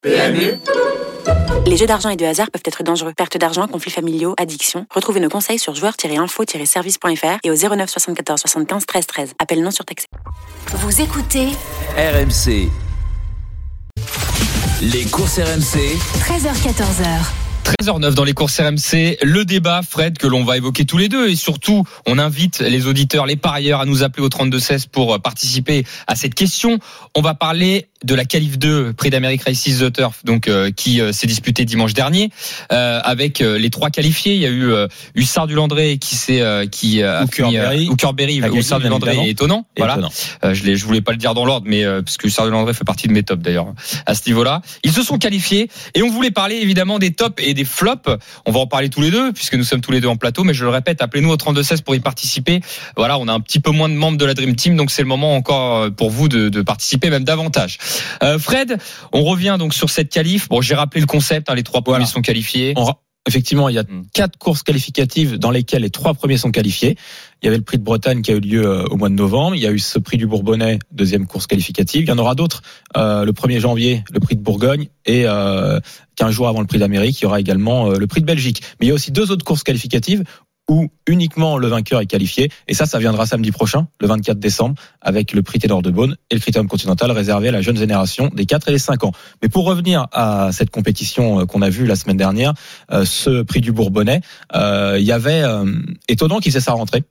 PMU. Les jeux d'argent et de hasard peuvent être dangereux. Perte d'argent, conflits familiaux, addiction. Retrouvez nos conseils sur joueurs-info-service.fr et au 09 74 75 13 13. Appel non surtaxé. Vous écoutez RMC. Les courses RMC. 13h-14h. 13h09 dans les courses RMC, le débat, Fred, que l'on va évoquer tous les deux, et surtout on invite les auditeurs, les parieurs à nous appeler au 32-16 pour participer à cette question. On va parler de la Qualif 2 Prix d'Amérique Races The Turf, donc qui s'est disputé dimanche dernier avec les trois qualifiés. Il y a eu Hussard du Landré qui a Hooker-Berry. Hussard du Landré est étonnant. Voilà. Je voulais pas le dire dans l'ordre, mais parce que Hussard du Landré fait partie de mes tops d'ailleurs à ce niveau-là. Ils se sont qualifiés et on voulait parler évidemment des tops et des flops. On va en parler tous les deux puisque nous sommes tous les deux en plateau, mais je le répète, appelez-nous au 32-16 pour y participer. Voilà, on a un petit peu moins de membres de la Dream Team, donc c'est le moment encore pour vous de participer, même davantage. Fred, on revient donc sur cette qualif. Bon, j'ai rappelé le concept, les trois premiers sont qualifiés. Effectivement, il y a 4 courses qualificatives dans lesquelles les 3 premiers sont qualifiés. Il y avait le prix de Bretagne qui a eu lieu au mois de novembre. Il y a eu ce prix du Bourbonnais, deuxième course qualificative. Il y en aura d'autres. Le 1er janvier, le prix de Bourgogne. Et 15 jours avant le prix d'Amérique, il y aura également le prix de Belgique. Mais il y a aussi 2 autres courses qualificatives où uniquement le vainqueur est qualifié. Et ça viendra samedi prochain, le 24 décembre, avec le prix Taylor de Beaune et le Critérium Continental réservé à la jeune génération des 4 et des 5 ans. Mais pour revenir à cette compétition qu'on a vue la semaine dernière, ce prix du Bourbonnais, il y avait étonnant qu'il faisait sa rentrée.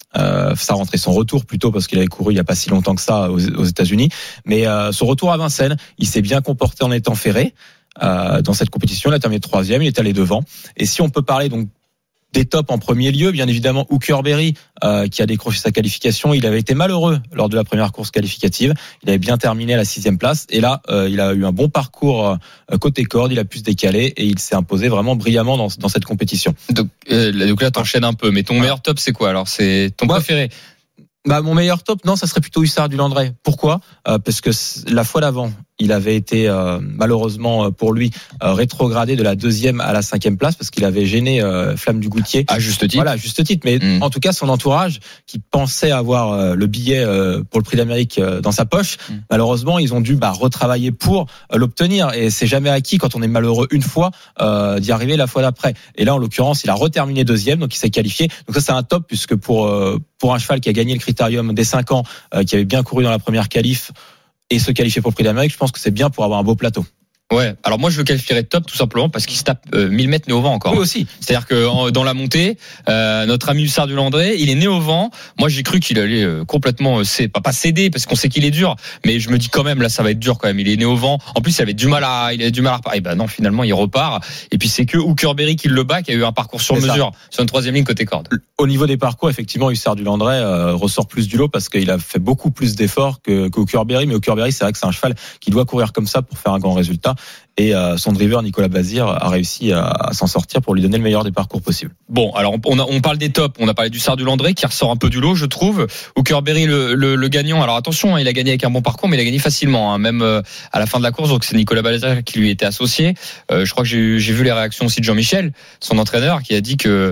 Son retour plutôt, parce qu'il avait couru il n'y a pas si longtemps que ça aux États-Unis. Mais son retour à Vincennes, il s'est bien comporté en étant ferré. Dans cette compétition, il a terminé 3e, il est allé devant. Et si on peut parler donc des tops en premier lieu, bien évidemment Hooker-Berry qui a décroché sa qualification. Il avait été malheureux lors de la première course qualificative. Il avait bien terminé à la 6e place. Et là, il a eu un bon parcours côté corde. Il a pu se décaler et il s'est imposé vraiment brillamment dans cette compétition. Donc là, t'enchaînes un peu. Mais ton meilleur top, c'est quoi alors? C'est ton préféré? Mon meilleur top, non, ça serait plutôt Hussard du Landré. Pourquoi? Parce que la fois d'avant, il avait été malheureusement pour lui rétrogradé de la 2e à la 5e place parce qu'il avait gêné Flamme du Goutier. À juste titre. Voilà, juste titre. Mais en tout cas, son entourage, qui pensait avoir le billet pour le Prix d'Amérique dans sa poche, malheureusement, ils ont dû retravailler pour l'obtenir. Et c'est jamais acquis quand on est malheureux une fois d'y arriver la fois d'après. Et là, en l'occurrence, il a reterminé 2e, donc il s'est qualifié. Donc ça, c'est un top puisque pour un cheval qui a gagné le Critérium des 5 ans, qui avait bien couru dans la première qualif, et se qualifier pour le Prix d'Amérique, je pense que c'est bien pour avoir un beau plateau. Ouais, alors moi je le qualifierais de top tout simplement parce qu'il se tape 1000 mètres né au vent encore. Oui aussi. C'est-à-dire que dans la montée, notre ami Hussard du Landré, il est né au vent. Moi j'ai cru qu'il allait complètement pas céder parce qu'on sait qu'il est dur, mais je me dis quand même là ça va être dur quand même. Il est né au vent. En plus il avait du mal à repartir. Et ben non, finalement il repart. Et puis c'est que Hooker-Berry qui le bat, qui a eu un parcours sur mesure sur une 3e ligne côté corde. Au niveau des parcours, effectivement, Hussard du Landré ressort plus du lot parce qu'il a fait beaucoup plus d'efforts que Hooker-Berry. Mais Hooker-Berry, c'est vrai que c'est un cheval qui doit courir comme ça pour faire un grand résultat. Et son driver Nicolas Bazir a réussi à s'en sortir pour lui donner le meilleur des parcours possible. Bon, alors on parle des tops. On a parlé du Hussard du Landré qui ressort un peu du lot, je trouve. Hooker-Berry le gagnant. Alors attention, il a gagné avec un bon parcours, mais il a gagné facilement, même à la fin de la course. Donc c'est Nicolas Bazir qui lui était associé. Je crois que j'ai vu les réactions aussi de Jean-Michel, son entraîneur, qui a dit que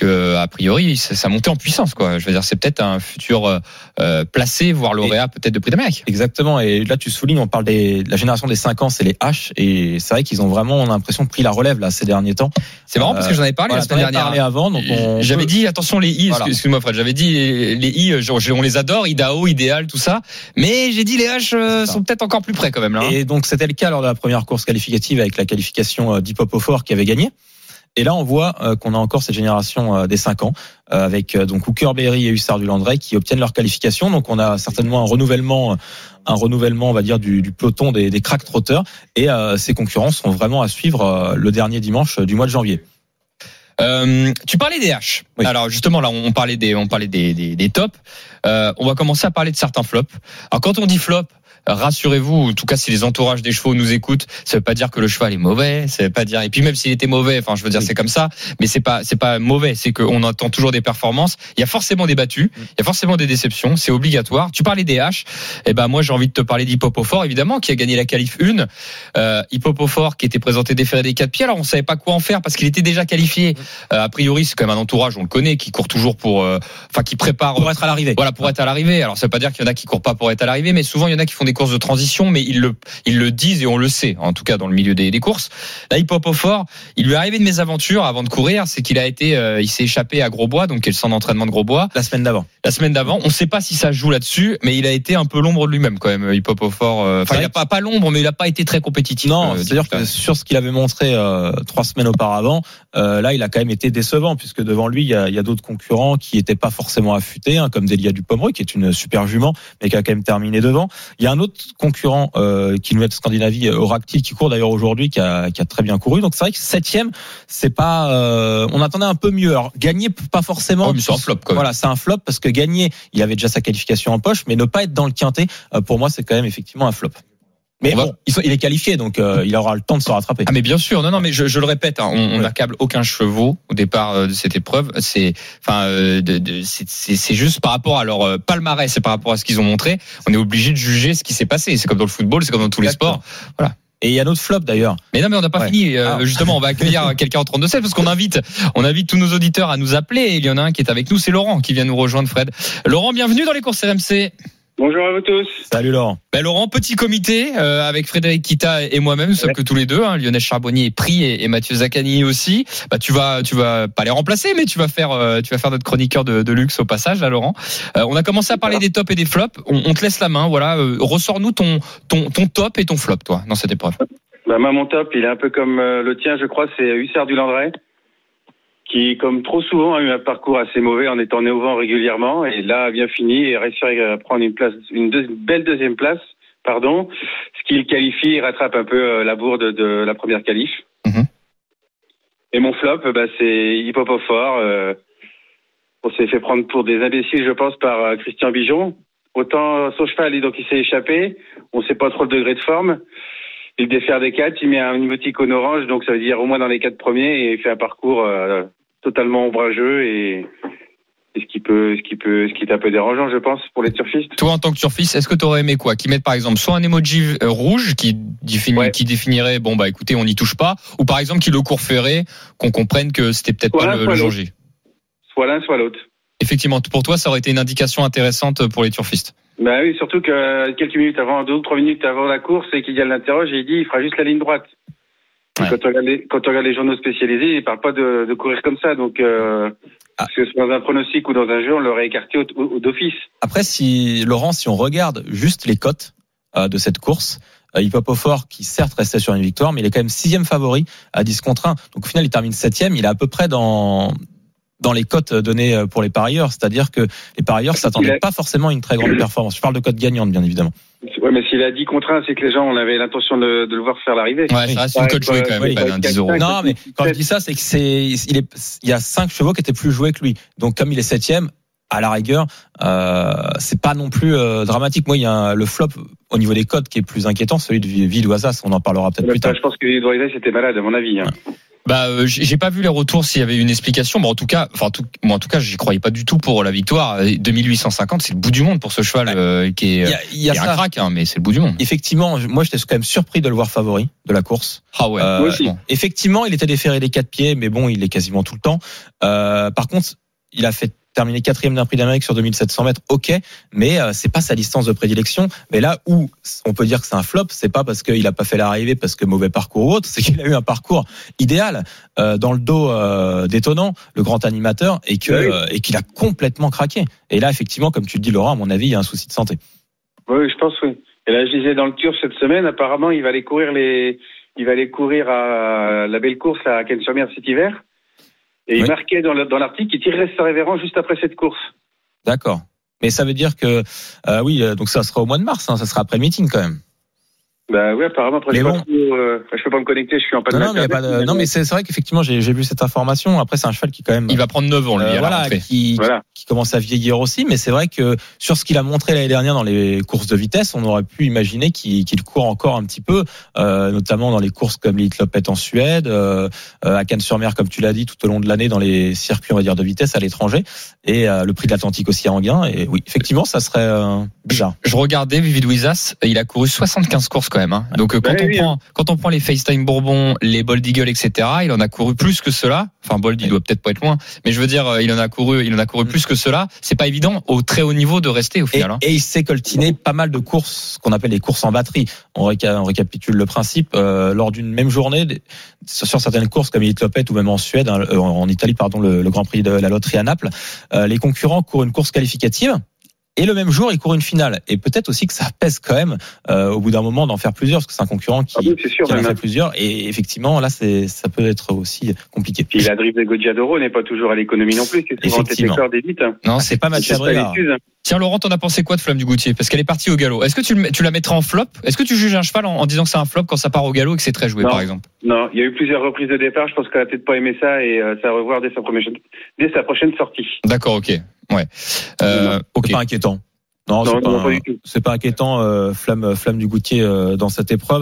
a priori ça montait en puissance quoi. Je veux dire c'est peut-être un futur placé voire lauréat peut-être de Prix d'Amérique. Exactement, et là tu soulignes, on parle de la génération des 5 ans, c'est les H, et c'est vrai qu'ils ont vraiment, on a l'impression, pris la relève là ces derniers temps. C'est marrant parce que j'en avais parlé la semaine dernière avant, donc j'avais dit attention les I, excuse-moi Fred, j'avais dit les I, on les adore, Idaho, Idéal, tout ça, mais j'ai dit les H sont peut-être encore plus près quand même là. Et donc c'était le cas lors de la première course qualificative avec la qualification d'Hippopofort qui avait gagné. Et là, on voit qu'on a encore cette génération des 5 ans avec donc Hooker-Berry et Hussard du Landré qui obtiennent leur qualification. Donc, on a certainement un renouvellement, on va dire, du peloton des crack trotteurs. Et ces concurrents sont vraiment à suivre le dernier dimanche du mois de janvier. Tu parlais des H. Oui. Alors justement là, on parlait des tops. On va commencer à parler de certains flops. Alors quand on dit flop, rassurez-vous, en tout cas si les entourages des chevaux nous écoutent, ça veut pas dire que le cheval est mauvais, ça veut pas dire, et puis même s'il était mauvais, enfin je veux dire c'est comme ça, mais c'est pas mauvais, c'est qu'on attend toujours des performances, il y a forcément des battus, il y a forcément des déceptions, c'est obligatoire. Tu parlais des H, et ben moi j'ai envie de te parler d'Hippopofort évidemment, qui a gagné la qualif 1, Hippopofort qui était présenté déféré des 4 pieds, alors on savait pas quoi en faire parce qu'il était déjà qualifié. A priori c'est quand même un entourage, on le connaît, qui court toujours qui prépare pour être à l'arrivée. Voilà, pour être à l'arrivée. Alors ça veut pas dire qu'il y en a qui courent pas pour être à l'arrivée, mais souvent il y en a qui font des course de transition, mais ils le disent et on le sait, en tout cas dans le milieu des courses. Là, Hippopofort, il lui est arrivé de mésaventures avant de courir, c'est qu'il il s'est échappé à Grosbois, donc qui est le centre d'entraînement de Grosbois. La semaine d'avant. On ne sait pas si ça joue là-dessus, mais il a été un peu l'ombre de lui-même quand même, Hippopofort. Enfin, il n'a pas l'ombre, mais il n'a pas été très compétitif. Non, c'est-à-dire que sur ce qu'il avait montré 3 semaines auparavant, là, il a quand même été décevant, puisque devant lui, il y a d'autres concurrents qui n'étaient pas forcément affûtés, comme Delia Dupomereux, qui est une super jument, mais qui a quand même terminé devant. Il y a un autre concurrent qui nous est de Scandinavie, Oracti, qui court d'ailleurs aujourd'hui, qui a très bien couru. Donc c'est vrai que 7e, c'est pas. On attendait un peu mieux. Alors gagner, pas forcément. Oh, mais c'est un flop quand même. Voilà, c'est un flop parce que gagner, il avait déjà sa qualification en poche, mais ne pas être dans le quintet, pour moi, c'est quand même effectivement un flop. Mais bon, il est qualifié, donc il aura le temps de se rattraper. Ah mais bien sûr, non, mais je le répète, on n'accable aucun chevaux au départ de cette épreuve. C'est juste par rapport à leur palmarès et par rapport à ce qu'ils ont montré, on est obligé de juger ce qui s'est passé. C'est comme dans le football, c'est comme dans tous les sports. Voilà. Et il y a notre flop d'ailleurs. Mais non, mais on n'a pas fini. Justement, on va accueillir quelqu'un en 32-7 parce qu'on invite tous nos auditeurs à nous appeler. Et il y en a un qui est avec nous, c'est Laurent qui vient nous rejoindre, Fred. Laurent, bienvenue dans les courses RMC. Bonjour à vous tous. Salut Laurent. Laurent, petit comité avec Frédéric Kita et moi-même, nous sommes que tous les deux. Lionel Charbonnier est pris et Mathieu Zaccani aussi. Tu vas pas les remplacer, mais tu vas faire notre chroniqueur de luxe au passage, là, Laurent. On a commencé à parler des tops et des flops. On te laisse la main. Voilà, ressors-nous ton top et ton flop, toi, dans cette épreuve. Mon top, il est un peu comme le tien, je crois, c'est Hussard du Landré, qui, comme trop souvent, a eu un parcours assez mauvais en étant né au vent régulièrement, et là a bien fini et a réussi à prendre une belle deuxième place, ce qui le qualifie et rattrape un peu la bourde de la première qualif. Mm-hmm. Et mon flop, c'est Hippopofort. On s'est fait prendre pour des imbéciles, je pense, par Christian Bijon. Autant son cheval, donc il s'est échappé, on sait pas trop le degré de forme. Il défère des 4, il met un émoticône orange, donc ça veut dire au moins dans les 4 premiers, et il fait un parcours totalement ombrageux et ce qui est un peu dérangeant, je pense, pour les turfistes. Toi, en tant que turfiste, est-ce que tu aurais aimé quoi? Qu'ils mettent par exemple soit un emoji rouge qui définirait écoutez, on n'y touche pas, ou par exemple qu'il le court ferré, qu'on comprenne que c'était peut-être pas le jour J. Soit l'un, soit l'autre. Effectivement, pour toi, ça aurait été une indication intéressante pour les turfistes. Oui, surtout que quelques minutes avant, 2 ou 3 minutes avant la course, et qu'il y a l'interroge et il dit il fera juste la ligne droite. Ouais. Quand on regarde les journaux spécialisés, ils parlent pas de courir comme ça, donc parce que dans un pronostic ou dans un jeu, on l'aurait écarté d'office. Après, si on regarde juste les cotes de cette course, Hippopofort qui certes restait sur une victoire, mais il est quand même 6e favori à 10 contre 1. Donc au final, il termine 7e, il est à peu près dans les cotes données pour les parieurs, c'est-à-dire que les parieurs s'attendaient pas forcément à une très grande performance. Je parle de cotes gagnantes, bien évidemment. Ouais, mais s'il a 10 contre 1, c'est que les gens, on avait l'intention de le voir faire l'arrivée. Ouais, ça reste une cote jouée quand même, pas 10 euros. Non, mais quand je dis ça, c'est que il y a 5 chevaux qui étaient plus joués que lui. Donc comme il est 7e, à la rigueur, c'est pas non plus dramatique. Moi, il y a le flop au niveau des cotes qui est plus inquiétant, celui de Vidoisas. On en parlera peut-être plus tard. Je pense que Vidoisas était malade, à mon avis. J'ai pas vu les retours s'il y avait une explication. En tout cas, j'y croyais pas du tout pour la victoire. 2850, c'est le bout du monde pour ce cheval qui est un crack, mais c'est le bout du monde. Effectivement, moi j'étais quand même surpris de le voir favori de la course. Ah ouais. Moi aussi. Effectivement, il était déféré des 4 pieds, mais bon, il est quasiment tout le temps. Par contre, il a fait terminé 4e d'un prix d'Amérique sur 2700 mètres, ok, mais c'est pas sa distance de prédilection. Mais là où on peut dire que c'est un flop, c'est pas parce qu'il a pas fait l'arrivée parce que mauvais parcours ou autre, c'est qu'il a eu un parcours idéal dans le dos d'étonnant, le grand animateur, et qu'il a complètement craqué. Et là, effectivement, comme tu le dis, Laurent, à mon avis, il y a un souci de santé. Oui, je pense, oui. Et là, je disais dans le Turf cette semaine, apparemment, il va aller courir à la belle course à Cannes-sur-Mer cet hiver. Et il marquait dans l'article qu'il tirerait sa révérence juste après cette course. D'accord. Mais ça veut dire que, donc ça sera au mois de mars, ça sera après le meeting quand même. Oui, apparemment, après, je peux pas me connecter, je suis en panne. Non, mais c'est vrai qu'effectivement, j'ai vu cette information. Après, c'est un cheval qui quand même. Il va prendre 9 ans, lui, qui commence à vieillir aussi. Mais c'est vrai que sur ce qu'il a montré l'année dernière dans les courses de vitesse, on aurait pu imaginer qu'il court encore un petit peu, notamment dans les courses comme l'Elite-Lopette en Suède, à Cannes-sur-Mer, comme tu l'as dit, tout au long de l'année dans les circuits, on va dire, de vitesse à l'étranger. Et le prix de l'Atlantique aussi à Enghien. Et oui, effectivement, ça serait bizarre. Je regardais Vividouizas, il a couru 75 courses quand même. Hein. Donc quand on prend les FaceTime Bourbon, les Bold Eagle, etc., il en a couru plus que cela. Enfin, Bold, il doit peut-être pas être loin, mais je veux dire, il en a couru plus que cela. C'est pas évident au très haut niveau de rester au final. Et il s'est coltiné pas mal de courses, ce qu'on appelle les courses en batterie. On récapitule le principe. Lors d'une même journée, sur certaines courses comme Elite Lopet ou même en Suède, en Italie, pardon, le Grand Prix de la loterie à Naples, les concurrents courent une course qualificative. Et le même jour, il court une finale. Et peut-être aussi que ça pèse quand même, au bout d'un moment, d'en faire plusieurs, parce que c'est un concurrent qui en a fait plusieurs. Et effectivement, là, ça peut être aussi compliqué. Puis la drive de Goggiadoro n'est pas toujours à l'économie non plus. C'est souvent des d'élite. Non, c'est pas Mathieu Abrivard. Tiens, Laurent, t'en as pensé quoi de Flamme du Goutier? Parce qu'elle est partie au galop. Est-ce que tu la mettrais en flop? Est-ce que tu juges un cheval en disant que c'est un flop quand ça part au galop et que c'est très joué, par exemple? Non, il y a eu plusieurs reprises de départ. Je pense qu'elle a peut-être pas aimé ça et ça va revoir dès sa prochaine sortie. D'accord, ok. Ouais. C'est pas inquiétant. Non, c'est pas inquiétant. Flamme du Goutier dans cette épreuve.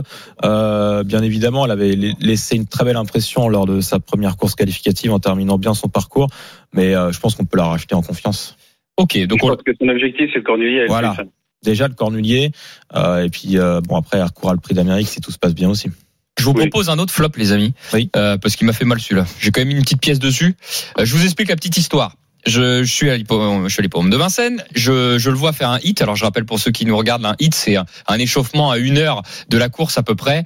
Bien évidemment, elle avait laissé une très belle impression lors de sa première course qualificative en terminant bien son parcours. Mais je pense qu'on peut la racheter en confiance. Ok, donc je pense que son objectif c'est le Cornulier. Voilà. Déjà le Cornulier. Et puis après, elle recourra le Prix d'Amérique si tout se passe bien aussi. Je vous propose un autre flop, les amis. Oui. Parce qu'il m'a fait mal celui-là. J'ai quand même mis une petite pièce dessus. Je vous explique la petite histoire. Je suis à l'hippodrome de Vincennes. Je le vois faire un hit. Alors je rappelle pour ceux qui nous regardent, un hit c'est un échauffement à 1 heure de la course à peu près,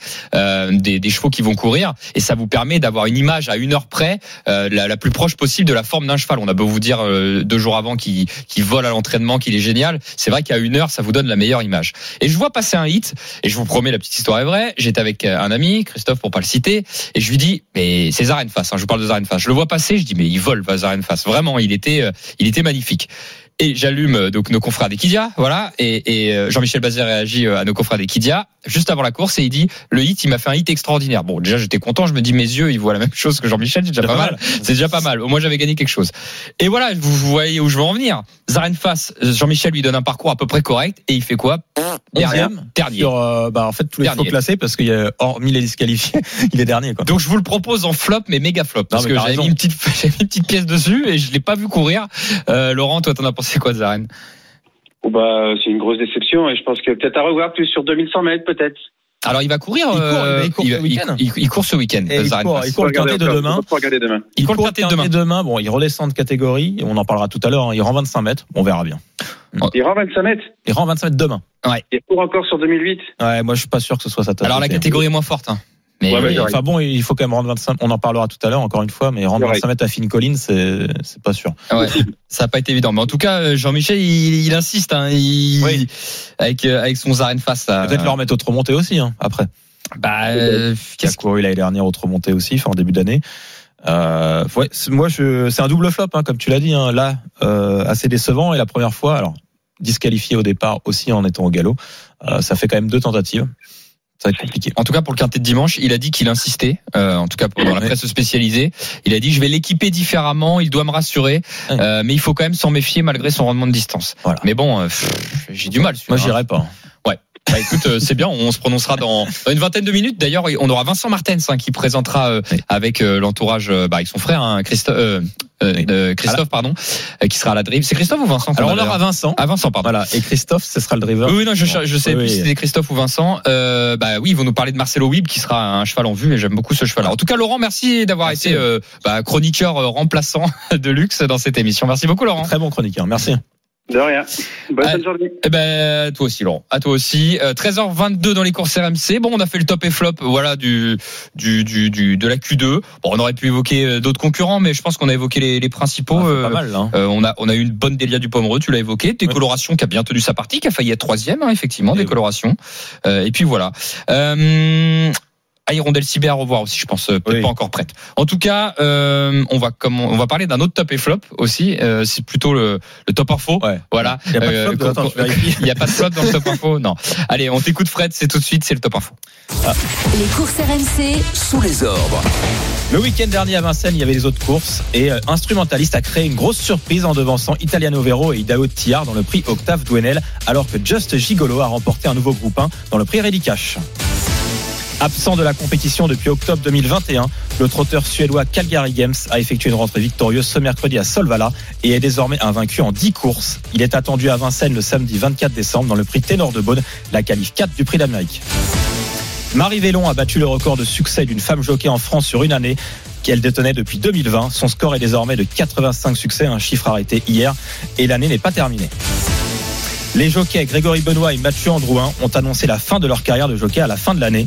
des chevaux qui vont courir, et ça vous permet d'avoir une image à 1 heure près, la plus proche possible de la forme d'un cheval. On a beau vous dire 2 jours avant qu'il vole à l'entraînement, qu'il est génial. C'est vrai qu'à 1 heure ça vous donne la meilleure image. Et je vois passer un hit, et je vous promets, la petite histoire est vraie. J'étais avec un ami, Christophe pour pas le citer, et je lui dis mais c'est Zarenfass. Je vous parle de Zarenfass. Je le vois passer, je dis mais il vole Zarenfass. Vraiment, il était magnifique. Et j'allume donc nos confrères d'Equidia, voilà, et Jean-Michel Bazir réagit à nos confrères d'Equidia juste avant la course et il dit le hit, il m'a fait un hit extraordinaire. Bon, déjà j'étais content, je me dis mes yeux ils voient la même chose que Jean-Michel, c'est déjà pas mal. C'est déjà pas mal. Au moins j'avais gagné quelque chose. Et voilà, vous voyez où je veux en venir. Zarenfass, Jean-Michel lui donne un parcours à peu près correct et il fait quoi? Dernier. Sur en fait tous les chevaux classés, parce qu'il y a hormis les disqualifiés, il est dernier quoi. Donc je vous le propose en flop mais méga flop, parce que j'avais mis une petite pièce dessus et je l'ai pas vu courir. Laurent, toi t'en as pensé quoi de Zaren? C'est une grosse déception et je pense que peut-être à revoir plus sur 2100 mètres peut-être. Alors il va courir. Il court ce week-end. Il court ce week-end. Il court le quintet de demain. Il court le quintet de demain. Bon, il redescend de catégorie. On en parlera tout à l'heure. Il rend 25 mètres. On verra bien. Il rend 25 mètres. Il rend 25 mètres demain. Ouais. Il court encore sur 2008. Ouais, moi je suis pas sûr que ce soit sa tasse. Alors la catégorie est moins forte. Hein. Mais enfin bon, il faut quand même rendre 25. On en parlera tout à l'heure encore une fois, mais rendre 25 mètres à Finn Collins, c'est pas sûr. Ouais, ça a pas été évident. Mais en tout cas, Jean-Michel, il insiste. Hein, avec son Zarenfass. Peut-être le remettre au remontée aussi. Hein, après. Qui a couru l'année dernière au remontée aussi, en début d'année. C'est un double flop, hein, comme tu l'as dit. Hein, là, assez décevant. Et la première fois, alors disqualifié au départ aussi en étant au galop. Ça fait quand même 2 tentatives. Ça va être compliqué. En tout cas, pour le quintet de dimanche, il a dit qu'il insistait. En tout cas, dans la presse spécialisée, il a dit je vais l'équiper différemment. Il doit me rassurer, mais il faut quand même s'en méfier malgré son rendement de distance. Voilà. Mais bon, j'ai du mal. Moi, j'irai pas. Ouais. Écoute, c'est bien. On se prononcera dans une vingtaine de minutes. D'ailleurs, on aura Vincent Martens qui présentera avec l'entourage, avec son frère, hein, Christophe, pardon, qui sera à la drive. C'est Christophe ou Vincent? Alors on aura Vincent. Ah, Vincent, pardon. Voilà. Et Christophe, ce sera le driver. Oui, non, je sais plus si c'était Christophe ou Vincent. Oui, ils vont nous parler de Marcelo Wib, qui sera un cheval en vue, et j'aime beaucoup ce cheval-là. En tout cas, Laurent, merci d'avoir été chroniqueur remplaçant de luxe dans cette émission. Merci beaucoup, Laurent. Très bon chroniqueur. Merci. De rien. Bonne journée. Toi aussi, Laurent. À toi aussi. 13h22 dans les courses RMC. Bon, on a fait le top et flop, voilà, de la Q2. Bon, on aurait pu évoquer d'autres concurrents, mais je pense qu'on a évoqué les principaux. C'est pas mal, hein. On a eu une bonne Délia du Pomereux, tu l'as évoqué. Décoloration qui a bien tenu sa partie, qui a failli être 3e, hein, effectivement, Décoloration. Et puis voilà. Hirondelle Cyber à revoir aussi, je pense, peut-être pas encore prête. En tout cas, on va parler d'un autre top et flop aussi. C'est plutôt le top info. Ouais. Voilà. Il n'y a pas de flop. Il n'y a pas de flop dans le top info. Non. Allez, on t'écoute, Fred. C'est tout de suite. C'est le top info. Les courses RMC sous les ordres. Le week-end dernier à Vincennes, il y avait les autres courses et Instrumentaliste a créé une grosse surprise en devançant Italiano Vero et Idaho Tillard dans le prix Octave Douenel, alors que Just Gigolo a remporté un nouveau groupe 1 dans le prix Ready Cash. Absent de la compétition depuis octobre 2021, le trotteur suédois Calgary Games a effectué une rentrée victorieuse ce mercredi à Solvalla et est désormais invaincu en 10 courses. Il est attendu à Vincennes le samedi 24 décembre dans le prix Ténor de Beaune, la qualif 4 du prix d'Amérique. Marie Vélon a battu le record de succès d'une femme jockey en France sur une année qu'elle détenait depuis 2020. Son score est désormais de 85 succès, un chiffre arrêté hier, et l'année n'est pas terminée. Les jockeys Grégory Benoît et Mathieu Androuin ont annoncé la fin de leur carrière de jockey à la fin de l'année.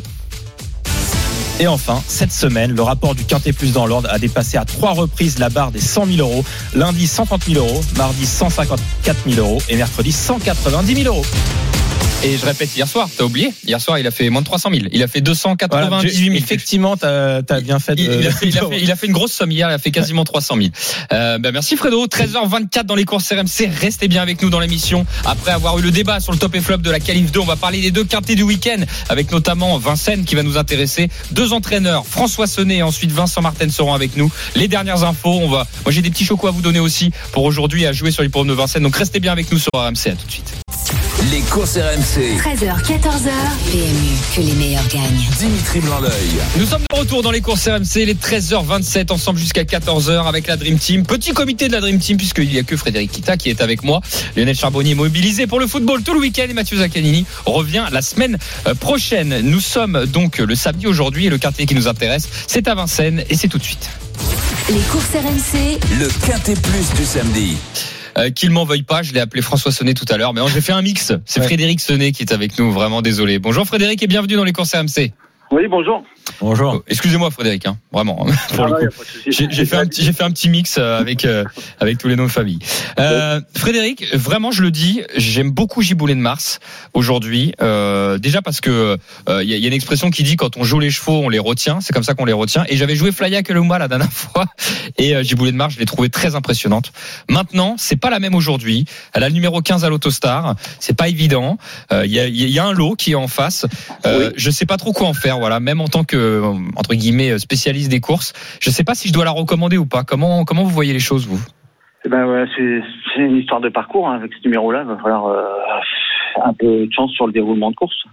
Et enfin, cette semaine, le rapport du Quintet Plus dans l'ordre a dépassé à 3 reprises la barre des 100 000 euros. Lundi, 130 000 euros, mardi, 154 000 euros et mercredi, 190 000 euros. Et je répète, hier soir, t'as oublié, hier soir, il a fait moins de 300 000. Il a fait 298 000. Effectivement, t'as bien fait. Il a fait une grosse somme hier, il a fait quasiment 300 000. Merci Fredo. 13h24 dans les courses RMC. Restez bien avec nous dans l'émission. Après avoir eu le débat sur le top et flop de la Qualif 2, on va parler des 2 quintés du week-end avec notamment Vincennes qui va nous intéresser. 2 entraîneurs, François Sonnet et ensuite Vincent Martin seront avec nous. Les dernières infos, moi j'ai des petits chocos à vous donner aussi pour aujourd'hui à jouer sur l'hippodrome de Vincennes. Donc restez bien avec nous sur RMC. À tout de suite. Les courses RMC. 13h, 14h. PMU, que les meilleurs gagnent. Dimitri Blanc-L'œil. Nous sommes de retour dans les courses RMC, les 13h27 ensemble jusqu'à 14h avec la Dream Team. Petit comité de la Dream Team puisqu'il n'y a que Frédéric Kita qui est avec moi. Lionel Charbonnier mobilisé pour le football tout le week-end et Mathieu Zaccanini revient la semaine prochaine. Nous sommes donc le samedi aujourd'hui et le quartier qui nous intéresse, c'est à Vincennes et c'est tout de suite. Les courses RMC. Le Quintet Plus du samedi. Qu'il m'en veuille pas, je l'ai appelé François Sonnet tout à l'heure, mais non, j'ai fait un mix. C'est Frédéric Sonnet qui est avec nous, vraiment désolé. Bonjour Frédéric et bienvenue dans les courses RMC. Oui, bonjour. Bonjour. Excusez-moi Frédéric, vraiment. Pour le coup. J'ai fait un petit mix avec tous les noms de famille. Frédéric, vraiment je le dis, j'aime beaucoup Giboulé de Mars aujourd'hui. Déjà parce que il y a une expression qui dit quand on joue les chevaux, on les retient. C'est comme ça qu'on les retient. Et j'avais joué Flya Kaluma la dernière fois et Giboulé de Mars, je l'ai trouvé très impressionnante. Maintenant, c'est pas la même aujourd'hui. Elle a le numéro 15 à l'Autostar. C'est pas évident. Il y a un lot qui est en face. Oui. Je sais pas trop quoi en faire. Voilà, même en tant que entre guillemets spécialiste des courses, je sais pas si je dois la recommander ou pas. Comment vous voyez les choses vous? Ouais, c'est une histoire de parcours avec ce numéro-là. Il va falloir un peu de chance sur le déroulement de course.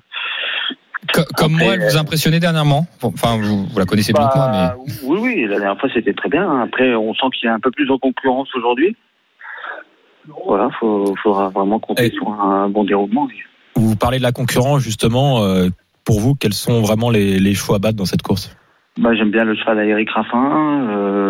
Comme moi, elle vous a impressionné dernièrement. Enfin, vous la connaissez mieux que moi, mais oui, la dernière fois c'était très bien. Après, on sent qu'il y a un peu plus de concurrence aujourd'hui. Voilà, faudra vraiment compter sur un bon déroulement. Vous parlez de la concurrence justement. Pour vous, quels sont vraiment les chevaux à battre dans cette course? J'aime bien le cheval à Eric Raffin,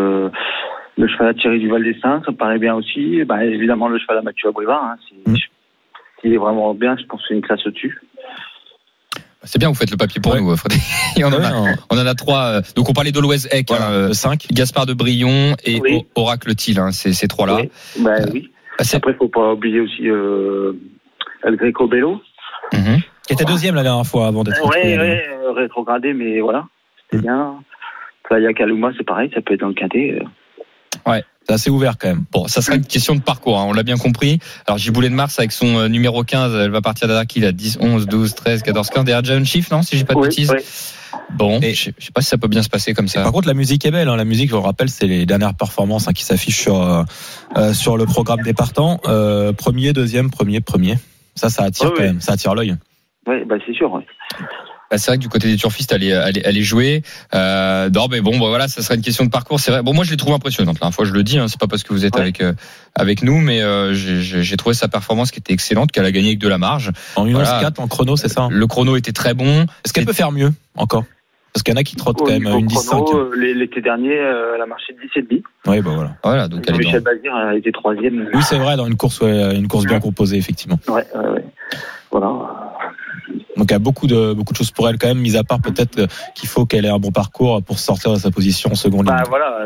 le cheval à Thierry Duval d'Estaing, ça me paraît bien aussi. Évidemment le cheval à Mathieu Abrivard, il est vraiment bien, je pense que c'est une classe au-dessus. C'est bien, vous faites le papier pour nous, Frédéric. On en a 3. Donc on parlait d'Always Eck, 5, Gaspard de Brion et Oracle Thiel, ces 3-là. Oui. Après, faut pas oublier aussi El Greco Bello. Qui était deuxième la dernière fois avant d'être rétrogradé, mais voilà, c'était bien. Flya Kaluma, c'est pareil, ça peut être dans le quintet. Ouais, c'est assez ouvert quand même. Bon, ça sera une question de parcours, on l'a bien compris. Alors Giboulé de Mars avec son numéro 15, elle va partir derrière qui, 10, 11, 12, 13, 14, 15, derrière John Schiff, non, si j'ai pas de bêtises. Bon, je sais pas si ça peut bien se passer comme ça. Par contre, la musique est belle. La musique, je vous rappelle, c'est les dernières performances qui s'affichent sur le programme des partants. Premier, deuxième, premier. Ça attire quand même. Ça attire l'œil. Oui, c'est sûr. Ouais. C'est vrai que du côté des turfistes, elle est jouée. Non, mais bon, voilà, ça serait une question de parcours. C'est vrai. Bon, moi, je l'ai trouvé impressionnante. La dernière fois, je le dis, c'est pas parce que vous êtes avec nous, mais j'ai trouvé sa performance qui était excellente, qu'elle a gagné avec de la marge. En 1:11:4 en chrono, c'est ça. Le chrono était très bon. Est-ce qu'elle peut faire mieux encore? Parce qu'il y en a qui trottent quand même une 10-5. L'été dernier, elle a marché de 10,5. Oui, voilà. Donc Michel Bazir a été 3e. Oui, c'est vrai, dans une course bien composée, effectivement. Ouais. Voilà. Donc il y a beaucoup de choses pour elle quand même, mis à part peut-être qu'il faut qu'elle ait un bon parcours pour sortir de sa position en seconde ligne. Voilà,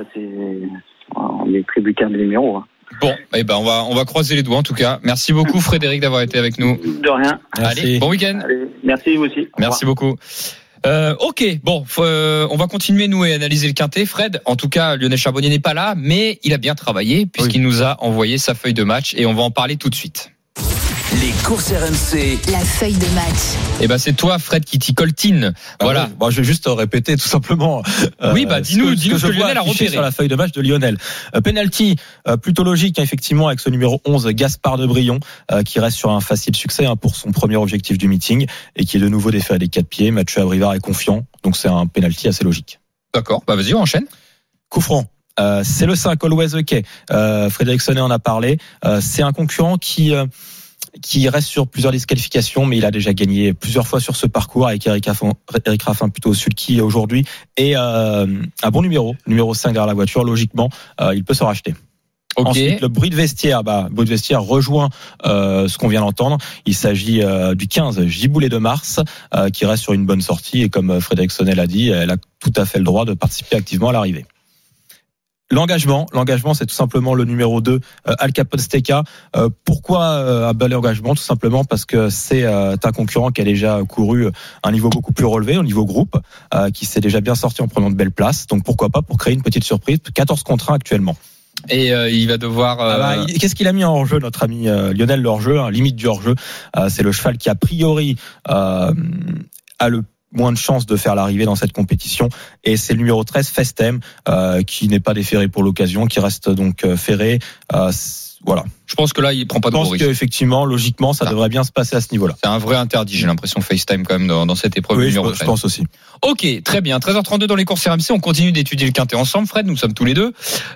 on est tributaire des numéros. Bon, on va croiser les doigts en tout cas. Merci beaucoup Frédéric d'avoir été avec nous. De rien. Merci. Allez, bon week-end. Allez, merci vous aussi. Merci beaucoup. Ok, on va continuer nous et analyser le quintet. Fred, en tout cas, Lionel Charbonnier n'est pas là, mais il a bien travaillé puisqu'il nous a envoyé sa feuille de match et on va en parler tout de suite. Les courses RMC. La feuille de match. C'est toi, Fred, qui t'y coltine. Voilà. Je vais juste répéter tout simplement. Dis-nous ce que Lionel a repéré sur la feuille de match de Lionel. Penalty, plutôt logique, effectivement, avec ce numéro 11, Gaspard de Brion, qui reste sur un facile succès pour son premier objectif du meeting et qui est de nouveau défait à des 4 pieds. Mathieu Abrivard est confiant, donc c'est un penalty assez logique. D'accord. Vas-y, on enchaîne. Coup franc. C'est le 5, Always OK. Frédéric Sonnet en a parlé. C'est un concurrent qui qui reste sur plusieurs disqualifications, mais il a déjà gagné plusieurs fois sur ce parcours avec Eric Raffin plutôt sulky aujourd'hui, et un bon numéro 5 derrière la voiture. Logiquement, il peut se racheter. Okay. Ensuite, le bruit de vestiaire rejoint ce qu'on vient d'entendre. Il s'agit du 15 Giboulet de Mars, qui reste sur une bonne sortie, et comme Frédéric Sonnet l'a dit, elle a tout à fait le droit de participer activement à l'arrivée. L'engagement, c'est tout simplement le numéro 2, Al Capone Stecca. Pourquoi un bel engagement? Tout simplement parce que c'est un concurrent qui a déjà couru un niveau beaucoup plus relevé, au niveau groupe, qui s'est déjà bien sorti en prenant de belles places. Donc pourquoi pas pour créer une petite surprise. 14 contre 1 actuellement. Et il va devoir... Qu'est-ce qu'il a mis en hors-jeu, notre ami Lionel, le hors-jeu, limite du hors-jeu. C'est le cheval qui a priori a le moins de chances de faire l'arrivée dans cette compétition, et c'est le numéro 13 Festem, qui n'est pas déféré pour l'occasion, qui reste donc ferré. Voilà. Je pense que là, il prend pas de gros risques. Je pense qu'effectivement, logiquement, ça devrait bien se passer à ce niveau-là. C'est un vrai interdit, j'ai l'impression, FaceTime quand même dans cette épreuve numéro 13. Je pense aussi. Ok, très bien. 13h32 dans les courses RMC, on continue d'étudier le quintet ensemble, Fred, nous sommes tous les deux.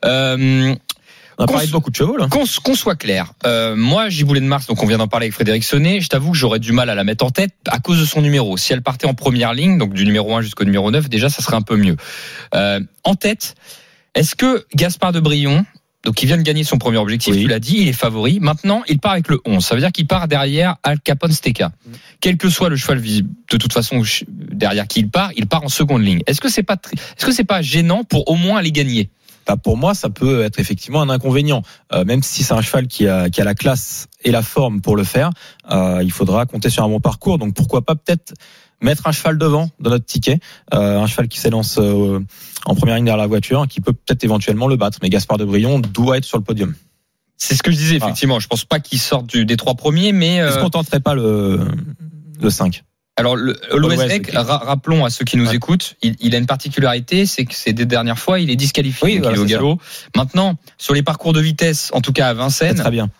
On a parlé de beaucoup de chevaux, là. Qu'on soit clair. Moi, Giboulet de Mars, donc on vient d'en parler avec Frédéric Sonnet, je t'avoue que j'aurais du mal à la mettre en tête à cause de son numéro. Si elle partait en première ligne, donc du numéro 1 jusqu'au numéro 9, déjà, ça serait un peu mieux. En tête, est-ce que Gaspard de Brion, donc il vient de gagner son premier objectif, tu l'as dit, il est favori. Maintenant, il part avec le 11. Ça veut dire qu'il part derrière Al Capone Stecca. Quel que soit le cheval, de toute façon, derrière qui il part en seconde ligne. Est-ce que c'est pas gênant pour au moins les gagner? Pour moi, ça peut être effectivement un inconvénient. Même si c'est un cheval qui a la classe et la forme pour le faire, il faudra compter sur un bon parcours. Donc pourquoi pas peut-être mettre un cheval devant dans notre ticket, un cheval qui s'élance en première ligne derrière la voiture, qui peut peut-être éventuellement le battre. Mais Gaspard de Brion doit être sur le podium. C'est ce que je disais, effectivement. Je pense pas qu'il sorte des 3 premiers, mais... Est-ce qu'on tenterait pas le 5? Alors, l'Ouest, rappelons à ceux qui nous écoutent, il a une particularité, c'est que ces 2 dernières fois, il est disqualifié. Oui, voilà, il est au galop. Maintenant, sur les parcours de vitesse, en tout cas à Vincennes. C'est très bien.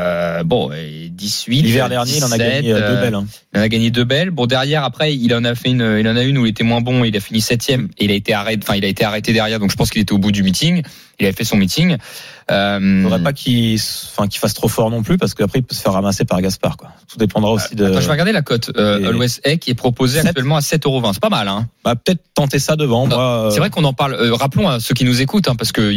18. L'hiver dernier, 17, il en a gagné 2 belles. Il en a gagné 2 belles. Bon, derrière, après, il en a une où il était moins bon, il a fini 7e, et il a été arrêté derrière, donc je pense qu'il était au bout du meeting. Il avait fait son meeting. Faudrait pas qu'il fasse trop fort non plus, parce qu'après il peut se faire ramasser par Gaspard, quoi. Tout dépendra aussi de... Attends, je vais regarder la cote. Always Egg est proposé actuellement à 7,20 €. C'est pas mal, hein. Peut-être tenter ça devant. Moi, c'est vrai qu'on en parle. Rappelons à ceux qui nous écoutent, parce que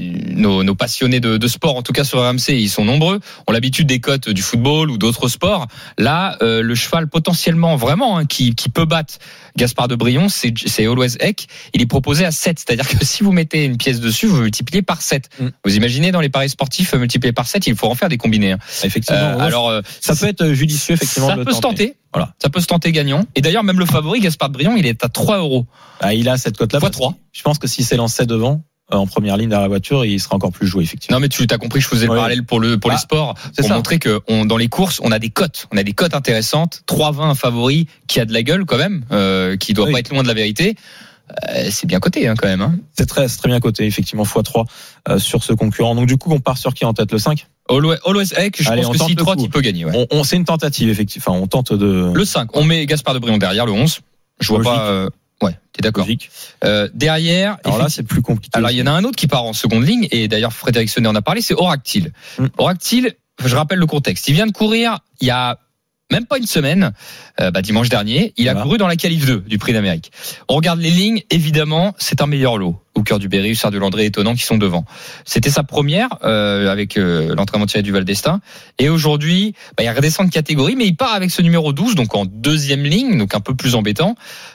nos passionnés de sport, en tout cas sur RMC, ils sont nombreux, ont l'habitude des cotes du football ou d'autres sports. Là, le cheval potentiellement vraiment qui peut battre Gaspard de Brion, c'est Always Egg. Il est proposé à 7, c'est-à-dire que si vous mettez une pièce dessus, vous multipliez par 7. Vous imaginez dans les paris sportifs, multiplier par 7, il faut en faire des combinés. Effectivement. Alors, ça peut être judicieux, effectivement. Ça peut se tenter. Voilà. Ça peut se tenter gagnant. Et d'ailleurs, même le favori, Gaspard de Brion, il est à 3 €. Il a cette cote-là. x3. Je pense que s'il s'élançait devant, en première ligne derrière la voiture, il sera encore plus joué, effectivement. Non, mais tu as compris, je faisais le parallèle pour les sports, pour montrer que dans les courses, on a des cotes intéressantes. 3,20 favori, qui a de la gueule quand même, qui doit pas être loin de la vérité. C'est bien coté, quand même. C'est très bien coté, effectivement, x3 sur ce concurrent. Donc du coup, on part sur qui en tête, le 5? Always Egg, je pense que s'il trotte, il peut gagner. Ouais. C'est une tentative, effectivement. On tente de... Le 5, on met Gaspard de Brion derrière, le 11. Je vois pas... Ouais, t'es d'accord. Derrière, alors là, c'est plus compliqué. Alors il y en a un autre qui part en seconde ligne, et d'ailleurs Frédéric Sonnet en a parlé, c'est Oractile. Oractile, je rappelle le contexte. Il vient de courir il y a même pas une semaine, dimanche dernier, il a couru dans la qualif 2 du Prix d'Amérique. On regarde les lignes, évidemment, c'est un meilleur lot. Au cœur du Berry, Hussard du Landré, Étonnant qui sont devant. C'était sa première avec l'entraînement tiré du Val d'Estaing. Et aujourd'hui, il redescend de catégorie, mais il part avec ce numéro 12, donc en deuxième ligne, donc un peu plus embêtant.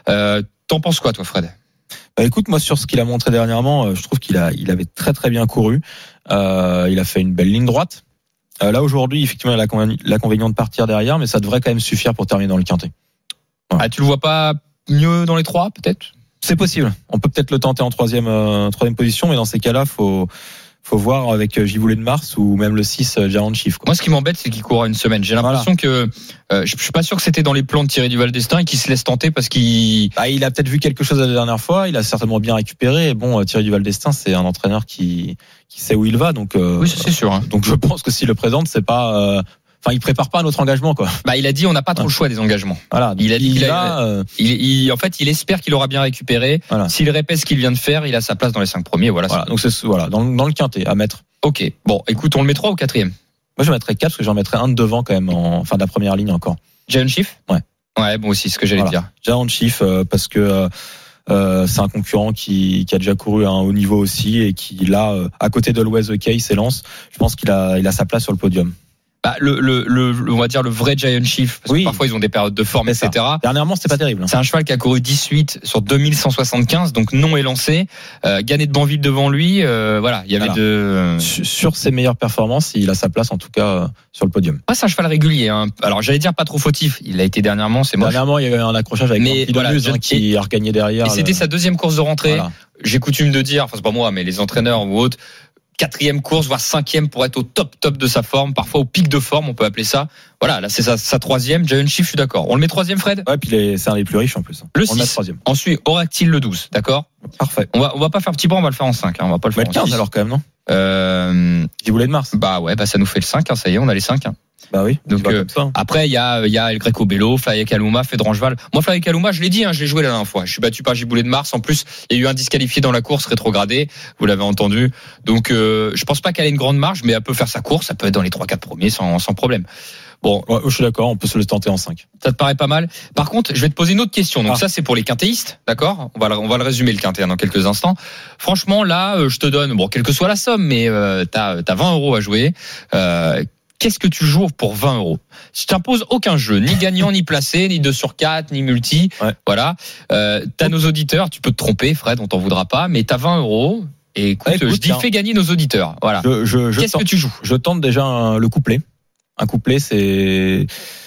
T'en penses quoi, toi, Fred? Écoute, moi, sur ce qu'il a montré dernièrement, je trouve qu'il avait très très bien couru. Il a fait une belle ligne droite. Là, aujourd'hui, effectivement, il a l'inconvénient de partir derrière, mais ça devrait quand même suffire pour terminer dans le quintet. Ouais. Tu le vois pas mieux dans les 3, peut-être? C'est possible. On peut peut-être le tenter en troisième position, mais dans ces cas-là, faut voir avec Giboulet de Mars ou même le 6 Giant Chief. Moi, ce qui m'embête, c'est qu'il court une semaine. J'ai l'impression que je suis pas sûr que c'était dans les plans de Thierry du Val d'Estaing et qu'il se laisse tenter parce qu'il... il a peut-être vu quelque chose la dernière fois. Il a certainement bien récupéré. Et bon, Thierry du Val d'Estaing, c'est un entraîneur qui sait où il va. Donc, oui, c'est sûr. Donc, je pense que s'il le présente, c'est pas... il prépare pas un autre engagement, quoi. Il a dit on n'a pas trop le choix des engagements. Voilà. Il a dit en fait, il espère qu'il aura bien récupéré. Voilà. S'il répète ce qu'il vient de faire, il a sa place dans les 5 premiers. Voilà. Donc c'est dans le quintet à mettre. Ok. Bon, écoute, on le met 3 ou 4e? Moi, je mettrais 4 parce que j'en mettrais un de devant quand même en fin de la première ligne encore. Giant Chief? Ouais, bon aussi, ce que j'allais dire. Giant Chief, parce que c'est un concurrent qui a déjà couru à un haut niveau aussi et qui là, à côté d'Always OK, il s'élance. Je pense qu'il a sa place sur le podium. Bah, on va dire le vrai Giant Chief, parce que parfois ils ont des périodes de forme, etc. Dernièrement, c'était pas terrible. C'est un cheval qui a couru 18 sur 2175, donc non élancé, gagné de Banville devant lui, voilà, il y avait sur ses meilleures performances, il a sa place en tout cas sur le podium. C'est un cheval régulier, hein. Alors j'allais dire pas trop fautif, il a été dernièrement, c'est moche. Dernièrement, il y a eu un accrochage avec Pampidonus qui a regagné derrière. Et c'était sa deuxième course de rentrée. Voilà. J'ai coutume de dire, enfin c'est pas moi, mais les entraîneurs ou autres, 4e course, voire 5e pour être au top de sa forme, parfois au pic de forme, on peut appeler ça. Voilà, là c'est sa 3e, Giant Chief, je suis d'accord. On le met 3e, Fred? Ouais, puis c'est un des plus riches en plus. Le 6. Ensuite, Oractile le 12, d'accord? Parfait. On va pas faire petit point, on va le faire en 5, hein. On va pas le faire en 15 alors quand même, non? Giboulet de Mars. Bah ouais, ça nous fait le 5, hein, ça y est, on a les 5, hein. Bah oui. Donc après il y a El Greco Bello, Fly Kaluma, Fédrangeval. Moi Fly Kaluma, je l'ai dit, hein, je l'ai joué la dernière fois. Je suis battu par Giboulet de Mars. En plus, il y a eu un disqualifié dans la course rétrogradé, vous l'avez entendu. Donc je pense pas qu'elle ait une grande marge, mais elle peut faire sa course, ça peut être dans les 3-4 premiers sans problème. Bon, ouais, je suis d'accord, on peut se le tenter en 5. Ça te paraît pas mal? Par contre, je vais te poser une autre question. Donc ça c'est pour les quintéistes, d'accord? On va le résumer le quinté dans quelques instants. Franchement là, je te donne, bon, quelle que soit la somme, mais t'as 20 € à jouer. Qu'est-ce que tu joues pour 20 €? Je t'impose aucun jeu, ni gagnant, ni placé, ni 2 sur 4, ni multi. Ouais. Voilà. T'as nos auditeurs, tu peux te tromper, Fred, on t'en voudra pas, mais t'as 20 €. Et écoute, je dis fais gagner nos auditeurs. Voilà. Qu'est-ce que tu joues? Je tente déjà le couplet. Un couplet, c'est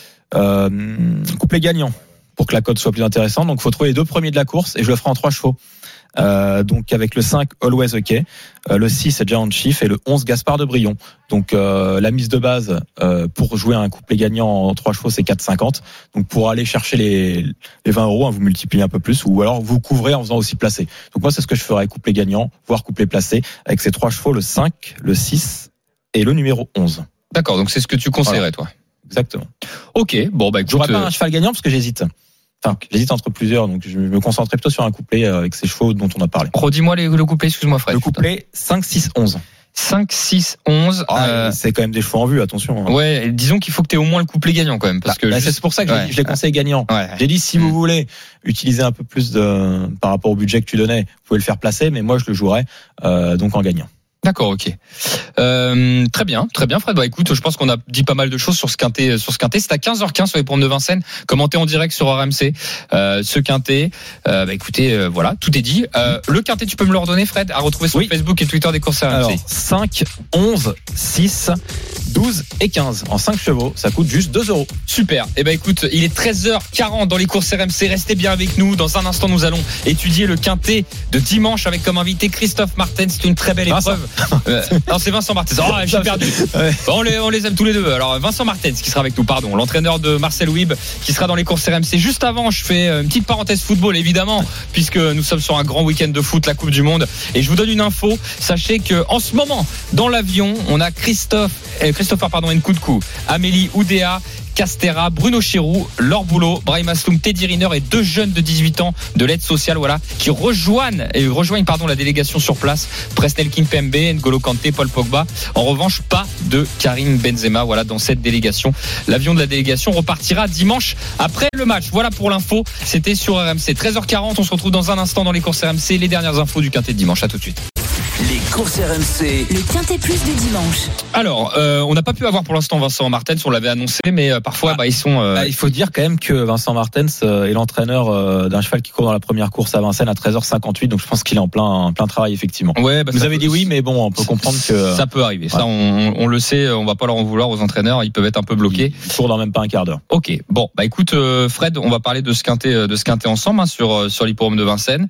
couplet gagnant pour que la cote soit plus intéressante. Donc, il faut trouver les 2 premiers de la course et je le ferai en 3 chevaux. Donc avec le 5 Always OK, le 6 Giant Chief et le 11 Gaspard de Brion. Donc la mise de base pour jouer un couplet gagnant en 3 chevaux c'est 4,50. Donc pour aller chercher les 20 €, hein, vous multipliez un peu plus ou alors vous couvrez en faisant aussi placer. Donc moi c'est ce que je ferais, couplet gagnant, voire couplet placé avec ces 3 chevaux, le 5, le 6 et le numéro 11. D'accord, donc c'est ce que tu conseillerais toi. Exactement. OK, bon bah écoute, j'aurais pas un cheval gagnant parce que j'hésite. Enfin, j'hésite entre plusieurs, donc je me concentrerai plutôt sur un couplet avec ces chevaux dont on a parlé. Redis-moi le couplet, excuse-moi Fred. Le couplet 5, 6, 11. 5, 6, 11. C'est quand même des chevaux en vue, attention. Ouais, disons qu'il faut que tu aies au moins le couplet gagnant quand même. Parce que c'est pour ça que je l'ai conseillé gagnant. Ouais. J'ai dit, si vous voulez utiliser un peu plus par rapport au budget que tu donnais, vous pouvez le faire placer, mais moi je le jouerais donc en gagnant. D'accord, ok. Très bien, Fred. Bah écoute, je pense qu'on a dit pas mal de choses sur ce quinté. C'est à 15h15 sur les programmes de Vincennes. Commenté en direct sur RMC. Ce quinté. Bah écoutez, voilà, tout est dit. Le quinté, tu peux me le redonner, Fred, à retrouver sur Facebook et Twitter des courses RMC. Alors, 5, 11, 6, 12 et 15 en 5 chevaux. Ça coûte juste 2 €. Super. Et ben écoute, il est 13h40 dans les courses RMC. Restez bien avec nous. Dans un instant, nous allons étudier le quinté de dimanche avec comme invité Christophe Martens. C'est une très belle épreuve. Non, c'est Vincent Martens. Oh, j'ai perdu. Ouais. On les aime tous les deux. Alors Vincent Martens qui sera avec nous, pardon, l'entraîneur de Marcel Wibb qui sera dans les courses RMC. Juste avant, je fais une petite parenthèse football évidemment, puisque nous sommes sur un grand week-end de foot, la Coupe du Monde. Et je vous donne une info. Sachez que en ce moment, dans l'avion, on a Christopher Nkoudkou, Amélie Oudéa, Castera, Bruno Chirou, Laure Boulot, Brahim Asloum, Teddy Riner et 2 jeunes de 18 ans de l'aide sociale, voilà, qui rejoignent la délégation sur place. Presnel Kimpembe, N'Golo Kanté, Paul Pogba. En revanche, pas de Karim Benzema, voilà, dans cette délégation. L'avion de la délégation repartira dimanche après le match. Voilà pour l'info. C'était sur RMC. 13h40. On se retrouve dans un instant dans les courses RMC. Les dernières infos du quintet de dimanche. À tout de suite. Les courses RMC. Le quintet plus de dimanche. Alors, on n'a pas pu avoir pour l'instant Vincent Martens, on l'avait annoncé, mais parfois ils sont. Il faut dire quand même que Vincent Martens est l'entraîneur d'un cheval qui court dans la première course à Vincennes à 13h58, donc je pense qu'il est en plein travail effectivement. Ouais, vous avez dit oui, mais bon, on peut comprendre que ça peut arriver. Ça, on le sait, on va pas leur en vouloir aux entraîneurs, ils peuvent être un peu bloqués. Ils courent dans même pas un quart d'heure. Ok, bon, bah écoute, Fred, on va parler de ce quintet ensemble hein, sur l'hippodrome de Vincennes.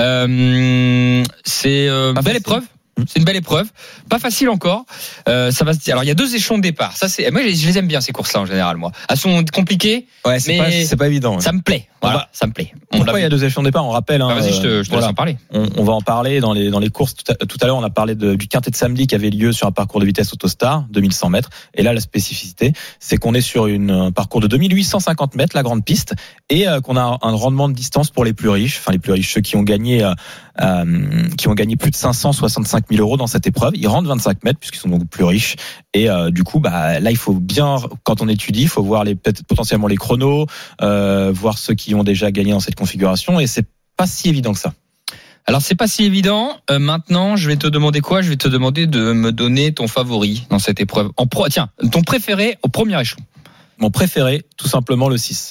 C'est une belle épreuve. C'est une belle épreuve, pas facile encore. Ça va se dire. Alors il y a 2 échelons de départ. Ça c'est moi je les aime bien ces courses-là en général moi. Elles sont compliquées, ouais, c'est pas évident. Ouais. Ça me plaît. Voilà, ça me plaît. Pourquoi il y a 2 échelons de départ? On rappelle. Hein, vas-y, je te laisse en parler. On va en parler dans les courses. Tout à l'heure, on a parlé du quintet de samedi qui avait lieu sur un parcours de vitesse Autostar, 2100 mètres. Et là, la spécificité, c'est qu'on est sur un parcours de 2850 mètres, la grande piste, et qu'on a un rendement de distance pour les plus riches, ceux qui ont gagné qui ont gagné plus de 565 000 euros dans cette épreuve. Ils rentrent 25 mètres puisqu'ils sont donc plus riches. Et du coup, là, il faut bien, quand on étudie, il faut voir peut-être potentiellement les chronos, voir ceux qui ont déjà gagné dans cette configuration. Et c'est pas si évident que ça. Alors c'est pas si évident. Maintenant, je vais te demander quoi ? Je vais te demander de me donner ton favori dans cette épreuve. Tiens, ton préféré au premier échelon. Mon préféré, tout simplement le 6.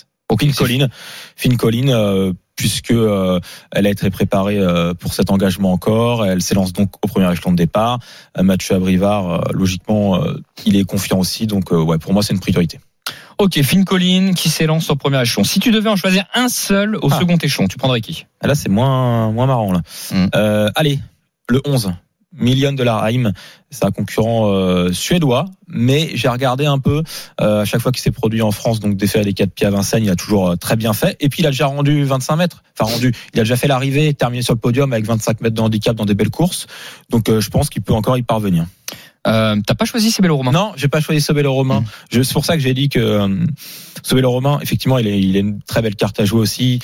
Finn Collin, puisque elle a été préparée pour cet engagement encore. Elle s'élance donc au premier échelon de départ. Mathieu Abrivard, logiquement, il est confiant aussi. Donc pour moi, c'est une priorité. Ok, Finn Collin qui s'élance au premier échelon. Si tu devais en choisir un seul au second échelon, tu prendrais qui ? Là, c'est moins marrant là. Allez, le 11. Million de Larheim, c'est un concurrent suédois, mais j'ai regardé un peu à chaque fois qu'il s'est produit en France, donc défait à des 4 pieds à Vincennes, il a toujours très bien fait. Et puis il a déjà rendu 25 mètres. Il a déjà fait l'arrivée, terminé sur le podium avec 25 mètres de handicap dans des belles courses. Donc je pense qu'il peut encore y parvenir. T'as pas choisi Sebelo Romain ? Non, j'ai pas choisi Sebelo Romain. C'est pour ça que j'ai dit que Sebelo Romain, effectivement, il a une très belle carte à jouer aussi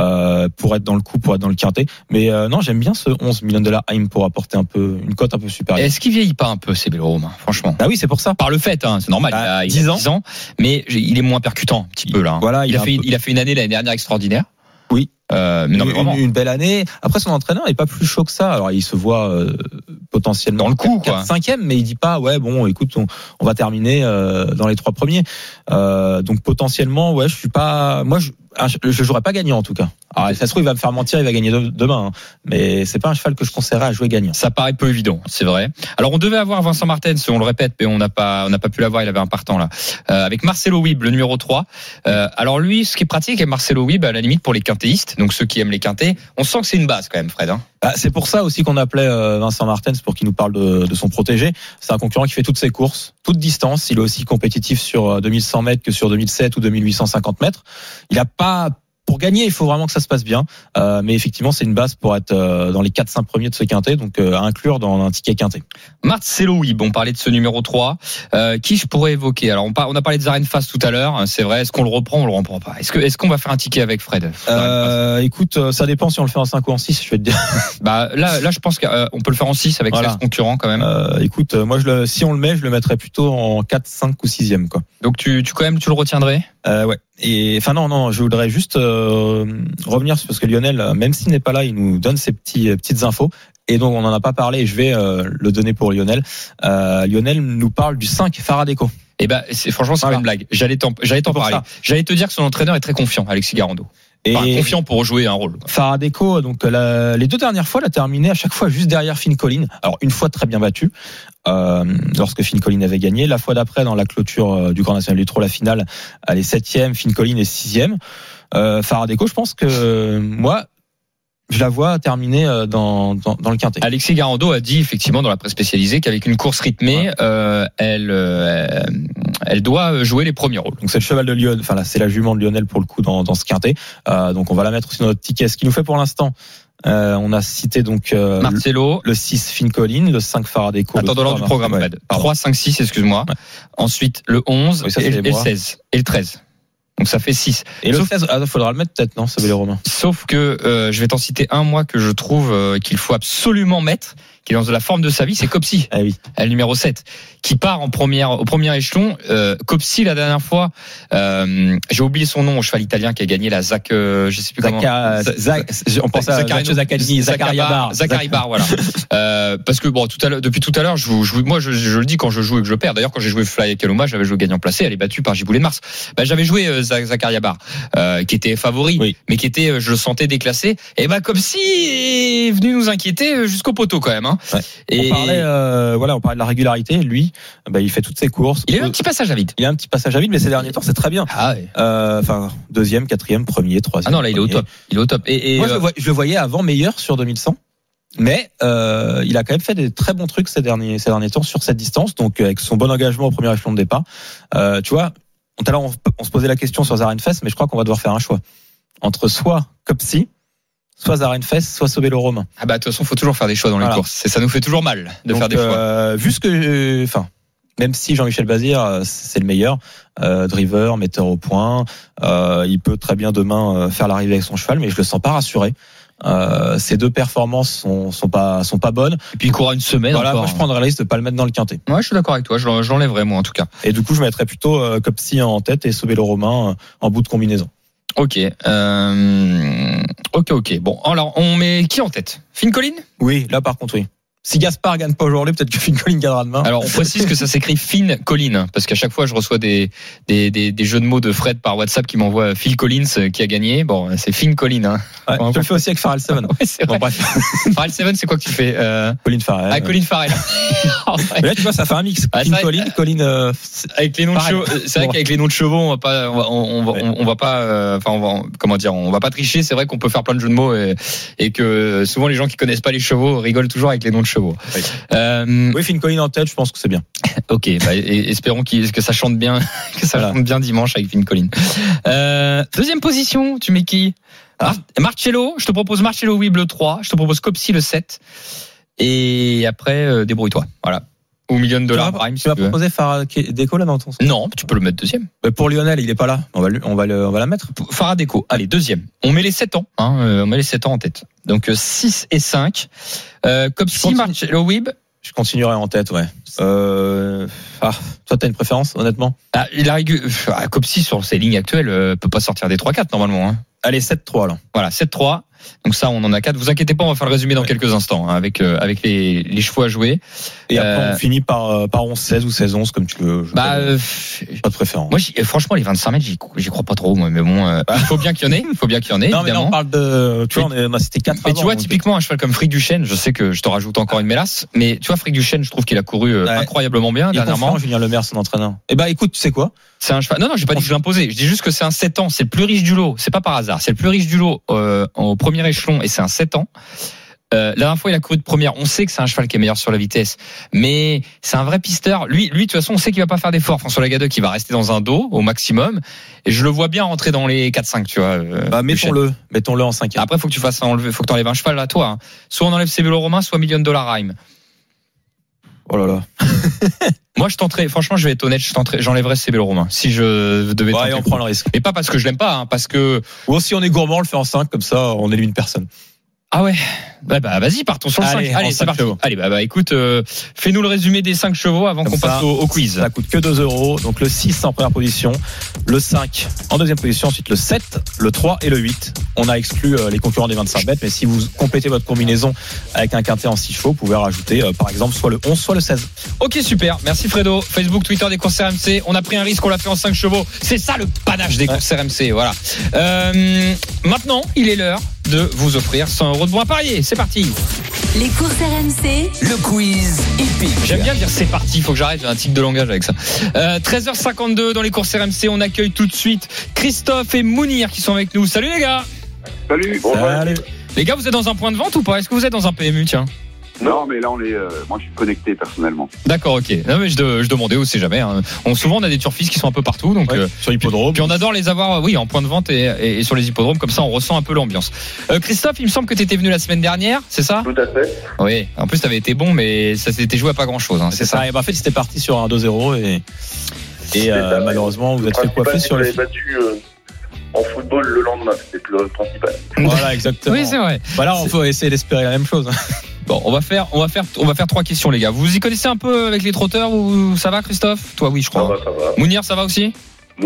pour être dans le coup, pour être dans le quintet. Mais non, j'aime bien ce 11 millions de $, pour apporter une cote un peu supérieure. Est-ce qu'il vieillit pas un peu Sebelo Romain, franchement ? Ah oui, c'est pour ça. Par le fait, c'est normal. Il a 10 ans, mais il est moins percutant un petit peu là. Voilà, il a fait une année l'année dernière extraordinaire. Oui. Mais non, mais une belle année. Après, son entraîneur n'est pas plus chaud que ça. Alors, il se voit potentiellement dans le coup, 4-5e, mais il dit pas, écoute, on va terminer dans les 3 premiers. Donc, potentiellement, je suis pas, je jouerais pas gagnant en tout cas. Alors, ça se trouve, il va me faire mentir, il va gagner demain. Mais c'est pas un cheval que je conseillerais à jouer gagnant. Ça paraît peu évident, c'est vrai. Alors, on devait avoir Vincent Martens, on le répète, mais on n'a pas pu l'avoir, il avait un partant là. Avec Marcelo Wibb, le numéro 3. Alors lui, ce qui est pratique avec Marcelo Wibb, à la limite pour les quintéistes, donc ceux qui aiment les quintés, on sent que c'est une base quand même, Fred. C'est pour ça aussi qu'on appelait Vincent Martens pour qu'il nous parle de son protégé. C'est un concurrent qui fait toutes ses courses, toutes distances. Il est aussi compétitif sur 2100 mètres que sur 2007 ou 2850 mètres. Il a pas, pour gagner, il faut vraiment que ça se passe bien. Mais effectivement, c'est une base pour être dans les 4-5 premiers de ce quintet, donc à inclure dans un ticket quintet. Marcelo Wibb, on parlait de ce numéro 3. Qui je pourrais évoquer ? Alors, on a parlé de Zarenfast tout à l'heure. C'est vrai. Est-ce qu'on le reprend ou on le reprend pas ? Est-ce qu'on va faire un ticket avec Fred ? Écoute, ça dépend si on le fait en 5 ou en 6, je vais te dire. Là, je pense qu'on peut le faire en 6 avec 16 concurrents quand même. Écoute, moi, si on le met, je le mettrais plutôt en 4, 5 ou 6e, quoi. Donc, tu le retiendrais ? Ouais. Et enfin non, je voudrais juste revenir parce que Lionel, même s'il n'est pas là, il nous donne ses petites infos. Et donc on n'en a pas parlé. Et je vais le donner pour Lionel. Lionel nous parle du 5 Faradeco. Franchement, c'est pas une blague. J'allais t'en parler. J'allais te dire que son entraîneur est très confiant, Alexis Garando. Confiant pour jouer un rôle. Faradeco, donc les 2 dernières fois, elle a terminé à chaque fois juste derrière Finn Collin. Alors une fois très bien battue, lorsque Finn Collin avait gagné. La fois d'après, dans la clôture du Grand National du Trot, la finale, elle est 7e, Finn Collin est 6e. Faradeco, je pense que moi, je la vois terminer dans le quintet. Alexis Garando a dit effectivement dans la presse spécialisée qu'avec une course rythmée, elle doit jouer les premiers rôles. Donc c'est le cheval de Lionel, enfin là c'est la jument de Lionel pour le coup dans ce quintet. Donc on va la mettre aussi dans notre ticket. Ce qui nous fait pour l'instant, on a cité donc Marcelo, le 6 Finn Collin, le 5 Faradeco. Attends, dans l'ordre du programme, Fred. 3, 5, 6, excuse-moi. Ouais. Ensuite le 11 et le 16 et le 13. Donc ça fait 6. Et le 16, faudra le mettre peut-être, non, Sebelo Romain. Sauf que je vais t'en citer un, moi, que je trouve qu'il faut absolument mettre, qui est dans la forme de sa vie, c'est Copsi. Ah oui. Le numéro 7, qui part au premier échelon. Copsi, la dernière fois, j'ai oublié son nom, au cheval italien qui a gagné la Zach, je sais plus comment. On pense à Zachary Barr, voilà. Parce que bon, depuis tout à l'heure, je le dis quand je joue et que je perds. D'ailleurs, quand j'ai joué Fly et Kaloma, j'avais joué gagnant placé, elle est battue par Giboulet de Mars. J'avais joué Zachary Barr, qui était favori, oui, mais qui était, je le sentais déclassé. Et Copsi est venu nous inquiéter jusqu'au poteau quand même. Ouais. Et on parlait de la régularité. Lui, il fait toutes ses courses. Il a un petit passage à vide. Mais ces derniers temps, c'est très bien. Ah ouais. 2e, 4e, 1er, 3e. Ah non, là, il est au top. Et moi, je le voyais avant meilleur sur 2100. Mais il a quand même fait des très bons trucs ces derniers temps sur cette distance. Donc avec son bon engagement au premier échelon de départ, tu vois, tout à l'heure on se posait la question sur Zarenfest, mais je crois qu'on va devoir faire un choix entre soit Copsi, soit Zarenfest, soit Sebelo Romain. De toute façon, faut toujours faire des choix dans les courses. Ça nous fait toujours mal de faire des choix. Vu ce que, même si Jean-Michel Bazir, c'est le meilleur, driver, metteur au point, il peut très bien demain faire l'arrivée avec son cheval, mais je le sens pas rassuré. Ces deux performances sont pas bonnes. Et puis il court une semaine. Voilà, encore. moi je prendrais le risque de pas le mettre dans le quintet. Ouais, je suis d'accord avec toi. Je l'enlèverais moi en tout cas. Et du coup, je mettrais plutôt Copsy en tête et Sobelo Romain en bout de combinaison. Ok. Ok. Bon, alors on met qui en tête? Finn Collin? Oui, là par contre oui. Si Gaspard gagne pas aujourd'hui, peut-être que Finn Collin gagnera demain. Alors on précise que ça s'écrit Finn Collin parce qu'à chaque fois je reçois des jeux de mots de Fred par WhatsApp qui m'envoie Phil Collins qui a gagné. Bon, c'est Finn Collin. Hein. Ouais, je le fais aussi avec Farrell Seven. Ouais, c'est vrai. Bon, bref. Farrell Seven, c'est quoi que tu fais Colin Farrell. Ah, Colin Farrell. Mais là tu vois, ça fait un mix. Ah, Finn Collin, avec les noms de chevaux. C'est vrai qu'avec les noms de chevaux, on va pas, on va pas, enfin on va pas tricher. C'est vrai qu'on peut faire plein de jeux de mots et que souvent les gens qui connaissent pas les chevaux rigolent toujours avec les noms de chevaux. Oui. Oui, Finn Collin en tête, je pense que c'est bien. Ok, espérons que ça chante bien, chante bien dimanche avec Finn Collin. Deuxième position, tu mets qui? Marcello, je te propose Marcello Weeb le 3, je te propose Copsy le 7, et après débrouille-toi. Voilà. Ou $1 million prime. Tu vas proposer Farah Deco là dans ton sens? Non, tu peux le mettre deuxième. Mais pour Lionel, il est pas là. On va la mettre. Farah Deco, allez, deuxième. On met les 7 ans, on met les 7 ans en tête. Donc 6 et 5. Copsy, Marcello Weeb. Je continuerai en tête, ouais. Toi, t'as une préférence, honnêtement? Copsy sur ses lignes actuelles peut pas sortir des 3-4 normalement. Hein. Allez, 7-3 là. Voilà, 7-3. Donc ça, on en a 4. Vous inquiétez pas, on va faire le résumé dans quelques instants avec les chevaux à jouer. Et après, on finit par 11-16 ou 16-11 comme tu veux. Pas de préférence. Moi, franchement, les 25 mètres, j'y crois pas trop. Moi, mais bon, il faut bien qu'il y en ait. Non, évidemment. Mais là, on parle tu vois, on a cité 4 Mais tu vois, typiquement, un cheval comme Frick Duchesne, je sais que je te rajoute encore une mélasse, mais tu vois, Frick Duchesne, je trouve qu'il a couru incroyablement bien dernièrement. Julien Lemaire, son entraîneur. Écoute, tu sais quoi? C'est un cheval. Non, j'ai pas dit que je l'imposais. Je dis juste que c'est un 7 ans. C'est le plus riche du lot. C'est pas par hasard. C'est le plus riche du lot au premier échelon et c'est un 7 ans. La dernière fois, il a couru de première. On sait que c'est un cheval qui est meilleur sur la vitesse, mais c'est un vrai pisteur. Lui, de toute façon, on sait qu'il va pas faire d'efforts. François Lagadec, qui va rester dans un dos au maximum. Et je le vois bien rentrer dans les 4-5, tu vois. Mettons-le en 5e. Après, faut que t'enlèves un cheval à toi. Hein. Soit on enlève Sebelo Romain, soit $1 million rime. Oh là là. Moi, franchement, je vais être honnête, j'enlèverais Sebelo Romain. Si je devais tenter. On prend le risque. Mais pas parce que je l'aime pas, parce que. Ou si on est gourmand, on le fait en 5, comme ça, on élimine personne. Ah ouais. Vas-y, partons sur le 5. Allez, c'est parti. Chevaux. Allez, écoute, fais-nous le résumé des 5 chevaux avant qu'on passe au quiz. Ça coûte que 2 €. Donc le 6 en première position, le 5 en deuxième position, ensuite le 7, le 3 et le 8. On a exclu les concurrents des 25 bêtes, mais si vous complétez votre combinaison avec un quintet en 6 chevaux, vous pouvez rajouter par exemple soit le 11, soit le 16. Ok, super. Merci Fredo. Facebook, Twitter des courses RMC. On a pris un risque, on l'a fait en 5 chevaux. C'est ça le panache des courses RMC. Voilà. Maintenant, il est l'heure de vous offrir 100 € de bons à parier. C'est parti. Les courses RMC, le quiz épique. J'aime bien dire c'est parti, il faut que j'arrête, j'ai un tic de langage avec ça. 13h52 dans les courses RMC, on accueille tout de suite Christophe et Mounir qui sont avec nous. Salut les gars. Salut. Salut. Les gars, vous êtes dans un point de vente ou pas? Est-ce que vous êtes dans un PMU, tiens? Non, mais là, moi, je suis connecté personnellement. D'accord, ok. Non, mais je demandais, on sait jamais. Hein. Souvent, on a des turfistes qui sont un peu partout, donc sur l'hippodrome. Puis on adore les avoir, en point de vente et sur les hippodromes. Comme ça, on ressent un peu l'ambiance. Christophe, il me semble que tu étais venu la semaine dernière, c'est ça? Tout à fait. Oui. En plus, t'avais été bon, mais ça s'était joué à pas grand-chose. Hein, c'est ça. Et en fait, c'était parti sur un 2-0 et malheureusement, vous êtes fait coiffer sur le. Battu en football le lendemain, c'était le principal. Voilà, exactement. Oui, c'est vrai. Voilà, on faut essayer d'espérer la même chose. Bon, on va faire 3 questions, les gars. Vous y connaissez un peu avec les trotteurs ou ça va, Christophe? Toi, oui, je crois. Ça va. Mounir, ça va aussi?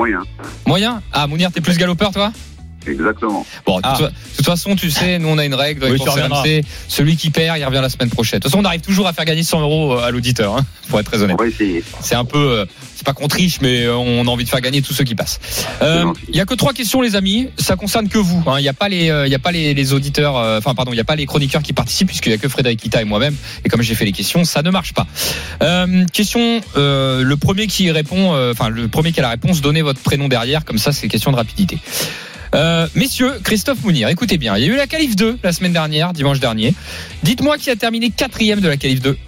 Moyen. Ah, Mounir, t'es plus galopeur, toi? Exactement. Bon, de toute façon, tu sais, nous on a une règle dans les courses RMC, celui qui perd, il revient la semaine prochaine. De toute façon, on arrive toujours à faire gagner 100 € à l'auditeur, hein, pour être très honnête. On va essayer. C'est un peu, c'est pas qu'on triche, mais on a envie de faire gagner tous ceux qui passent. Il y a que 3 questions, les amis. Ça concerne que vous. Hein. Il y a pas les auditeurs, il y a pas les chroniqueurs qui participent puisqu'il y a que Frédéric Kita et moi-même. Et comme j'ai fait les questions, ça ne marche pas. Question, le premier qui répond, le premier qui a la réponse, donnez votre prénom derrière. Comme ça, c'est question de rapidité. Messieurs, Christophe Mounir, écoutez bien, il y a eu la qualif 2 la semaine dernière, dimanche dernier. Dites-moi qui a terminé 4e de la qualif 2.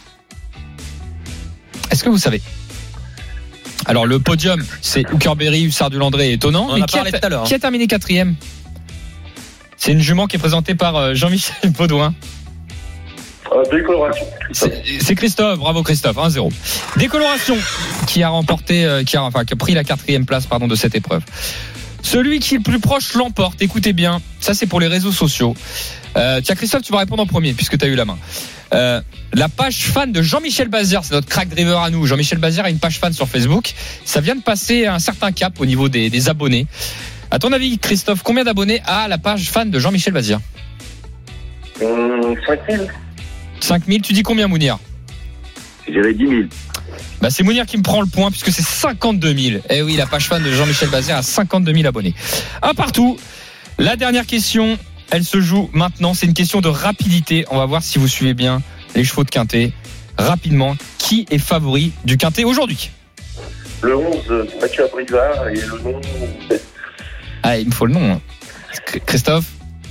Est-ce que vous savez? Alors le podium, c'est Hookerberry, Hussard du Landré et Étonnant. On en a parlé tout à l'heure. Qui a terminé 4e? C'est une jument qui est présentée par Jean-Michel Baudouin. Décoloration. C'est Christophe, bravo Christophe, 1-0. Décoloration qui a remporté, qui a pris la 4e place de cette épreuve. Celui qui est le plus proche l'emporte. Écoutez bien, ça c'est pour les réseaux sociaux. Tiens Christophe, tu vas répondre en premier puisque tu as eu la main. La page fan de Jean-Michel Bazir, c'est notre crack driver à nous. Jean-Michel Bazir a une page fan sur Facebook. Ça vient de passer un certain cap au niveau des abonnés. À ton avis, Christophe, combien d'abonnés a la page fan de Jean-Michel Bazir ? 5 000. 5 000, tu dis combien, Mounir ? Je dirais 10 000. Bah, c'est Mounir qui me prend le point puisque c'est 52 000. Eh oui, la page fan de Jean-Michel Bazir a 52 000 abonnés. Un partout. La dernière question, elle se joue maintenant. C'est une question de rapidité. On va voir si vous suivez bien les chevaux de Quintet. Rapidement, qui est favori du Quintet aujourd'hui ? Le 11, Mathieu Abrivard et le nom. Ah, il me faut le nom. Christophe ?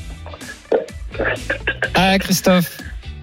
Ah, Christophe.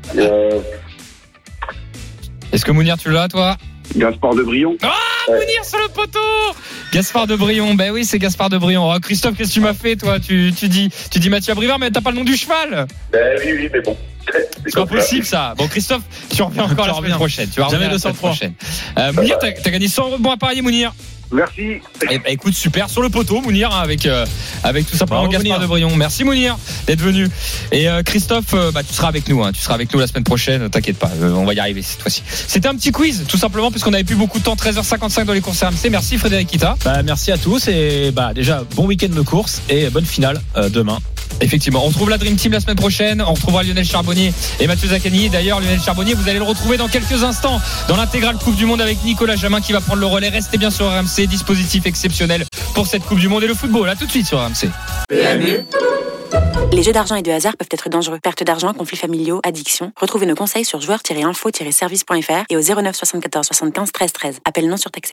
Est-ce que Mounir, tu l'as, toi ? Gaspard de Brion. Ah, Mounir sur le poteau. Gaspard de Brion. Ben oui, c'est Gaspard de Brion. Oh, Christophe, qu'est-ce que tu m'as fait, toi ? Tu dis Mathieu Abrivard, mais t'as pas le nom du cheval. Oui, mais bon. C'est pas possible, ça. Bon, Christophe, tu reviens encore la semaine prochaine. Tu vas revenir la semaine prochaine. Mounir, t'as gagné 100 € bon à parier, Mounir. Merci. Écoute, super, sur le poteau, Mounir, hein, avec tout simplement Bravo, Gaspard Mounir. de Brion. Merci Mounir d'être venu. Et Christophe, tu seras avec nous. Hein, tu seras avec nous la semaine prochaine. T'inquiète pas, on va y arriver cette fois-ci. C'était un petit quiz, tout simplement, puisqu'on avait plus beaucoup de temps. 13h55 dans les courses RMC. Merci Frédéric Kita. Merci à tous et déjà bon week-end de course et bonne finale demain. Effectivement, on retrouve la Dream Team la semaine prochaine. On retrouvera Lionel Charbonnier et Mathieu Zaccani. D'ailleurs, Lionel Charbonnier, vous allez le retrouver dans quelques instants dans l'intégrale Coupe du Monde avec Nicolas Jamin qui va prendre le relais. Restez bien sur RMC, dispositif exceptionnel pour cette Coupe du Monde et le football. À tout de suite sur RMC. Les jeux d'argent et de hasard peuvent être dangereux. Perte d'argent, conflits familiaux, addiction. Retrouvez nos conseils sur joueurs-info-service.fr et au 09 74 75 13 13. Appel non surtaxé.